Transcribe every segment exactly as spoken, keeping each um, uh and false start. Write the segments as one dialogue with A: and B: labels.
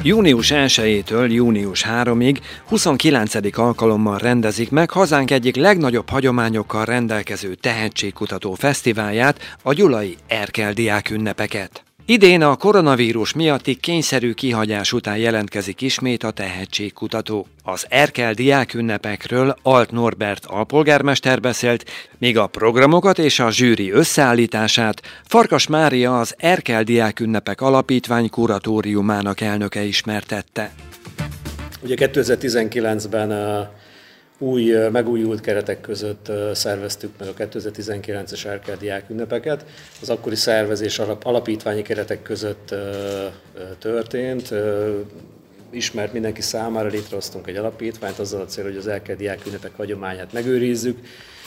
A: Június elsejétől június harmadikáig huszonkilencedik alkalommal rendezik meg hazánk egyik legnagyobb hagyományokkal rendelkező tehetségkutató fesztiválját, a gyulai Erkel diákünnepeket. Idén a koronavírus miatti kényszerű kihagyás után jelentkezik ismét a tehetségkutató. Az Erkel diákünnepekről Alt Norbert alpolgármester beszélt, míg a programokat és a zsűri összeállítását Farkas Mária, az Erkel diákünnepek alapítvány kuratóriumának elnöke ismertette.
B: Ugye kétezer-tizenkilencben új, megújult keretek között szerveztük meg a kétezer-tizenkilences Erkel diákünnepeket. Az akkori szervezés alapítványi keretek között történt. Ismert mindenki számára, létrehoztunk egy alapítványt azzal a célral, hogy az Erkel diákünnepek hagyományát megőrizzük.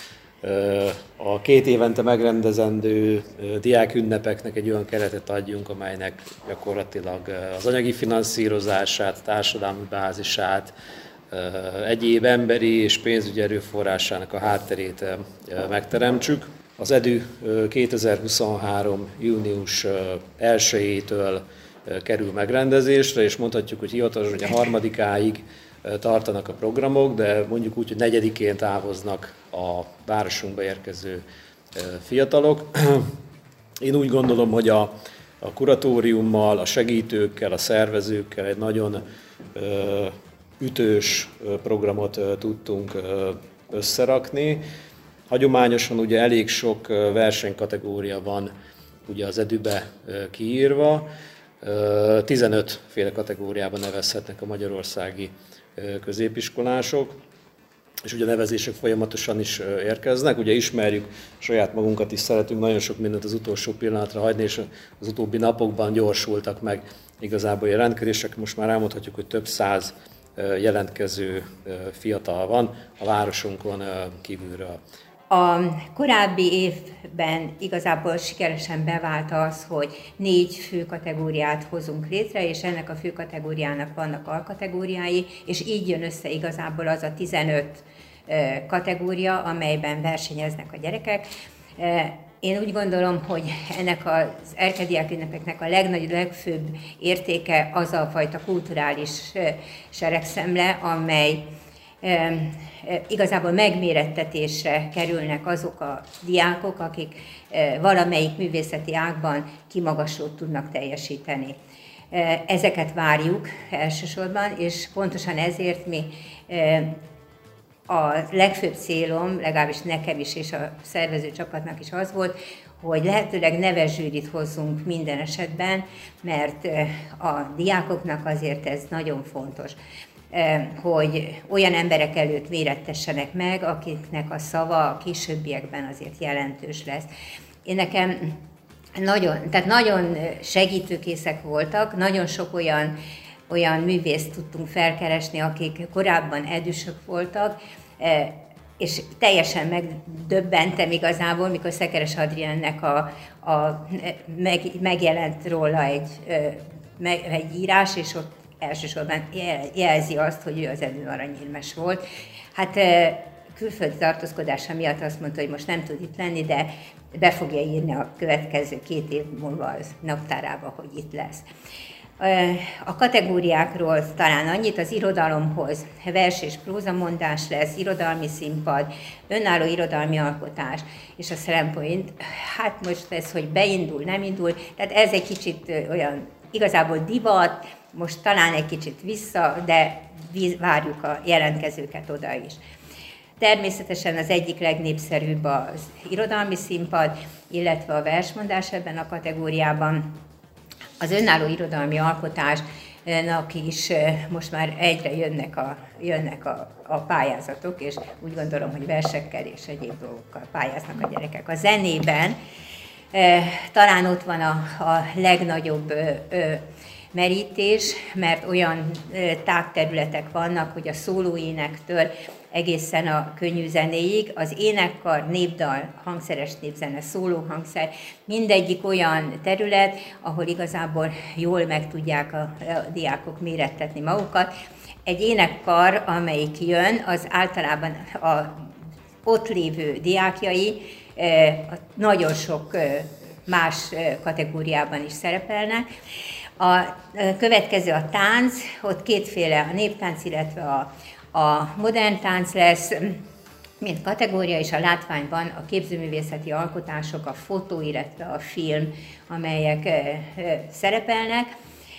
B: A két évente megrendezendő diákünnepeknek egy olyan keretet adjunk, amelynek gyakorlatilag az anyagi finanszírozását, társadalmi bázisát, egyéb emberi és pénzügyi erőforrásának a hátterét megteremtsük. Az EDÜ kétezer-huszonhárom. június elsejétől kerül megrendezésre, és mondhatjuk, hogy hivatalosan, hogy a harmadikáig tartanak a programok, de mondjuk úgy, hogy negyedikén távoznak a városunkba érkező fiatalok. Én úgy gondolom, hogy a, a kuratóriummal, a segítőkkel, a szervezőkkel egy nagyon ütős programot tudtunk összerakni. Hagyományosan ugye elég sok versenykategória van ugye az EDÜ-be kiírva. tizenöt féle kategóriában nevezhetnek a magyarországi középiskolások, és ugye a nevezések folyamatosan is érkeznek. Ugye ismerjük saját magunkat is, szeretünk nagyon sok mindent az utolsó pillanatra hagyni, és az utóbbi napokban gyorsultak meg igazából a jelentkezések. Most már elmondhatjuk, hogy több száz jelentkező fiatal van a városunkon kívülről.
C: A korábbi évben igazából sikeresen bevált az, hogy négy fő kategóriát hozunk létre, és ennek a fő kategóriának vannak alkategóriái, és így jön össze igazából az a tizenöt kategória, amelyben versenyeznek a gyerekek. Én úgy gondolom, hogy ennek az Erkel diákünnepeknek a legnagyobb, legfőbb értéke az a fajta kulturális seregszemle, amely igazából megmérettetésre kerülnek azok a diákok, akik valamelyik művészeti ágban kimagaslót tudnak teljesíteni. Ezeket várjuk elsősorban, és pontosan ezért mi a legfőbb célom, legalábbis nekem is és a szervező csapatnak is az volt, hogy lehetőleg neves zsűrit hozzunk minden esetben, mert a diákoknak azért ez nagyon fontos, hogy olyan emberek előtt mérettessenek meg, akiknek a szava a későbbiekben azért jelentős lesz. Én nekem nagyon, tehát nagyon segítőkészek voltak, nagyon sok olyan, olyan művészt tudtunk felkeresni, akik korábban edüsök voltak, és teljesen megdöbbentem igazából, mikor Szekeres Adriennek a, a, meg, megjelent róla egy, egy írás, és ott elsősorban jelzi azt, hogy ő az EDÜ aranyérmes volt. Hát külföldi tartózkodása miatt azt mondta, hogy most nem tud itt lenni, de be fogja írni a következő két év múlva az naptárába, hogy itt lesz. A kategóriákról talán annyit: az irodalomhoz vers és prózamondás lesz, irodalmi színpad, önálló irodalmi alkotás és a slam point. Hát most ez, hogy beindul, nem indul, tehát ez egy kicsit olyan igazából divat, most talán egy kicsit vissza, de várjuk a jelentkezőket oda is. Természetesen az egyik legnépszerűbb az irodalmi színpad, illetve a versmondás ebben a kategóriában. Az önálló irodalmi alkotásnak is most már egyre jönnek a, jönnek a, a pályázatok, és úgy gondolom, hogy versekkel és egyéb dolgokkal pályáznak a gyerekek. A zenében talán ott van a, a legnagyobb merítés, mert olyan tágterületek vannak, hogy a szólóénektől egészen a könnyű zenéig, az énekkar, népdal, hangszeres népzene, szólóhangszer, mindegyik olyan terület, ahol igazából jól meg tudják a, a diákok mérettetni magukat. Egy énekkar, amelyik jön, az általában a ott lévő diákjai nagyon sok más kategóriában is szerepelnek. A következő a tánc, ott kétféle, a néptánc, illetve a, a modern tánc lesz, mint kategória, és a látványban a képzőművészeti alkotások, a fotó, illetve a film, amelyek e, e, szerepelnek.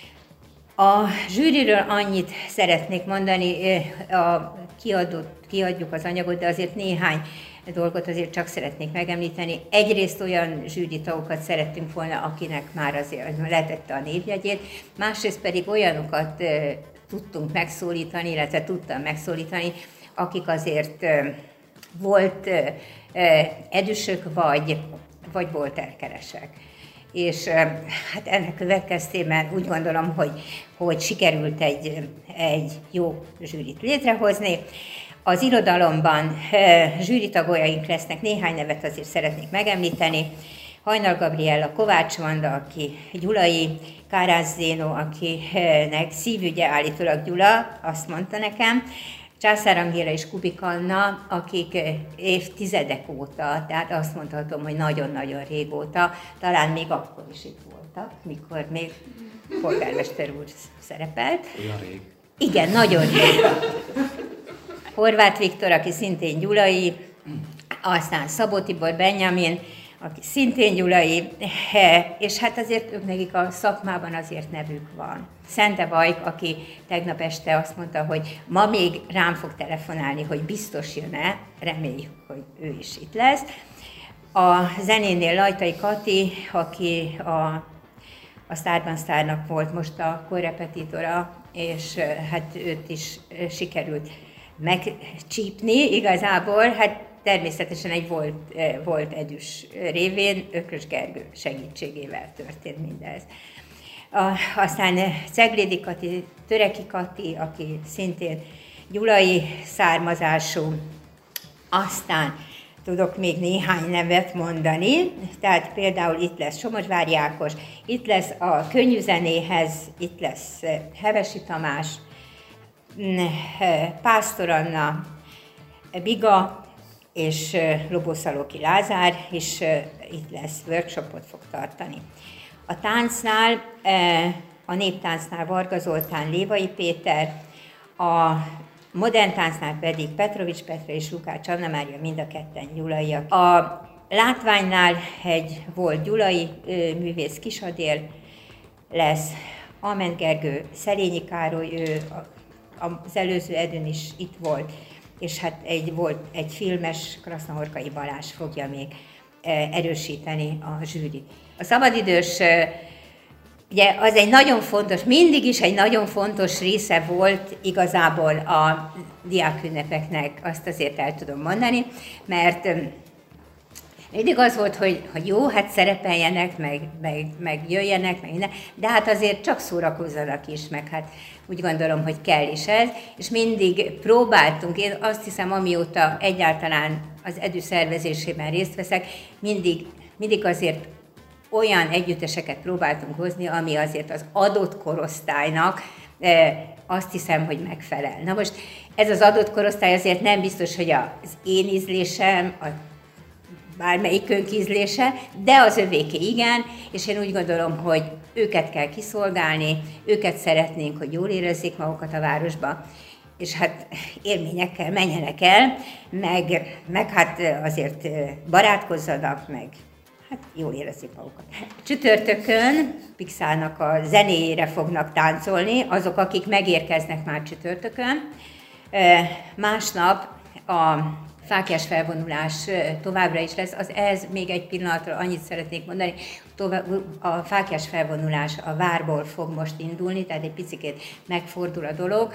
C: A zsűriről annyit szeretnék mondani, a kiadott, kiadjuk az anyagot, de azért néhány dolgot azért csak szeretnék megemlíteni. Egyrészt olyan zsűritagokat szerettünk volna, akinek már azért letette a névjegyét, másrészt pedig olyanokat e, tudtunk megszólítani, illetve tudtam megszólítani, akik azért e, volt e, edüsök, vagy, vagy volt elkeresek. És hát ennek következtében úgy gondolom, hogy, hogy sikerült egy, egy jó zsűrit létrehozni. Az irodalomban zsűritagoljaink lesznek, néhány nevet azért szeretnék megemlíteni. Hajnal Gabriella, Kovács Vanda, aki gyulai, Kárász Zénó, akinek szívügye állítólag Gyula, azt mondta nekem, Császár Angéla és Kubik Anna, akik évtizedek óta, tehát azt mondhatom, hogy nagyon-nagyon régóta, talán még akkor is itt voltak, mikor még polgármester úr szerepelt.
B: Olyan rég.
C: Igen, nagyon rég. Horváth Viktor, aki szintén gyulai, aztán Szabó Tibor Benjamin, aki szintén gyulai, és hát azért ők nekik a szakmában azért nevük van. Szente Vajk, aki tegnap este azt mondta, hogy ma még rám fog telefonálni, hogy biztos jön-e, reméljük, hogy ő is itt lesz. A zenénél Lajtai Kati, aki a, a Sztárban Sztárnak volt most a korrepetitora, és hát őt is sikerült megcsípni igazából, hát természetesen egy volt, volt edüs révén, Ökrös Gergő segítségével történt mindez. A, aztán Ceglédi Kati, Töreki Kati, aki szintén gyulai származású, aztán tudok még néhány nevet mondani, tehát például itt lesz Somogyvári Ákos, itt lesz a könnyű zenéhez, itt lesz Hevesi Tamás, Pásztor Anna, Biga, és Lobószalóki Lázár is itt lesz, workshopot fog tartani. A táncnál, a néptáncnál Varga Zoltán, Lévai Péter, a modern táncnál pedig Petrovics Petra és Lukács Anna Mária, mind a ketten gyulaiak. A látványnál egy volt gyulai művész, Kisadél lesz, Alment Gergő, Szelényi Károly, ő az előző edőn is itt volt, és hát egy, volt egy filmes, Krasznahorkai Balázs fogja még erősíteni a zsűrit. A szabadidős, ugye az egy nagyon fontos, mindig is egy nagyon fontos része volt igazából a diákünnepeknek, azt azért el tudom mondani, mert mindig az volt, hogy, hogy jó, hát szerepeljenek, meg, meg, meg jöjjenek, meg minden, de hát azért csak szórakozzanak is, meg hát úgy gondolom, hogy kell is ez, és mindig próbáltunk, én azt hiszem, amióta egyáltalán az edű szervezésében részt veszek, mindig, mindig azért olyan együtteseket próbáltunk hozni, ami azért az adott korosztálynak e, azt hiszem, hogy megfelel. Na most ez az adott korosztály azért nem biztos, hogy az én ízlésem, a bármelyikünk ízlése, de az övéké igen, és én úgy gondolom, hogy őket kell kiszolgálni, őket szeretnénk, hogy jól érezzék magukat a városba, és hát élményekkel menjenek el, meg, meg hát azért barátkozzanak, meg hát jól érezzék magukat. Csütörtökön Pixának a zenéjére fognak táncolni, azok, akik megérkeznek már csütörtökön. Másnap a fáklyás felvonulás továbbra is lesz, az ez még egy pillanatra annyit szeretnék mondani, a fáklyás felvonulás a várból fog most indulni, tehát egy picikét megfordul a dolog,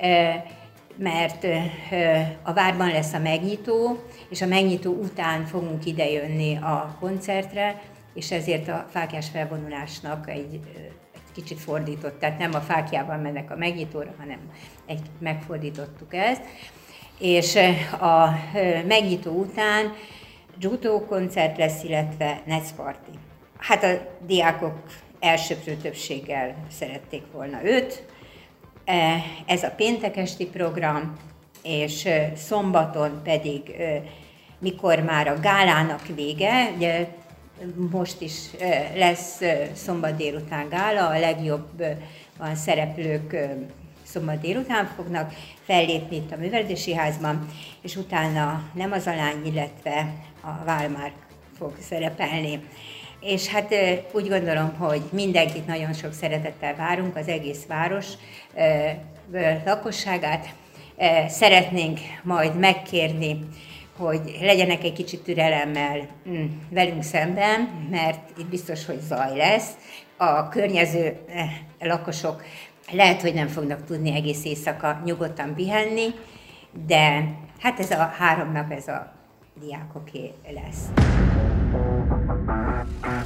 C: mert a várban lesz a megnyitó, és a megnyitó után fogunk idejönni a koncertre, és ezért a fáklyás felvonulásnak egy, egy kicsit fordított, tehát nem a fáklyában mennek a megnyitóra, hanem egy megfordítottuk ezt. És a megnyitó után Giuto koncert lesz, illetve Netz Party. Hát a diákok elsőprő többséggel szerették volna őt. Ez a péntek esti program, és szombaton pedig, mikor már a gálának vége, ugye most is lesz szombat délután gála, a legjobb a szereplők szombat délután fognak fellépni itt a Művelődési Házban, és utána Nem az a lány, illetve a Válmár fog szerepelni. És hát úgy gondolom, hogy mindenkit nagyon sok szeretettel várunk, az egész város lakosságát. Szeretnénk majd megkérni, hogy legyenek egy kicsit türelemmel velünk szemben, mert itt biztos, hogy zaj lesz. A környező lakosok lehet, hogy nem fognak tudni egész éjszaka nyugodtan pihenni, de hát ez a három nap, ez a diákoké lesz.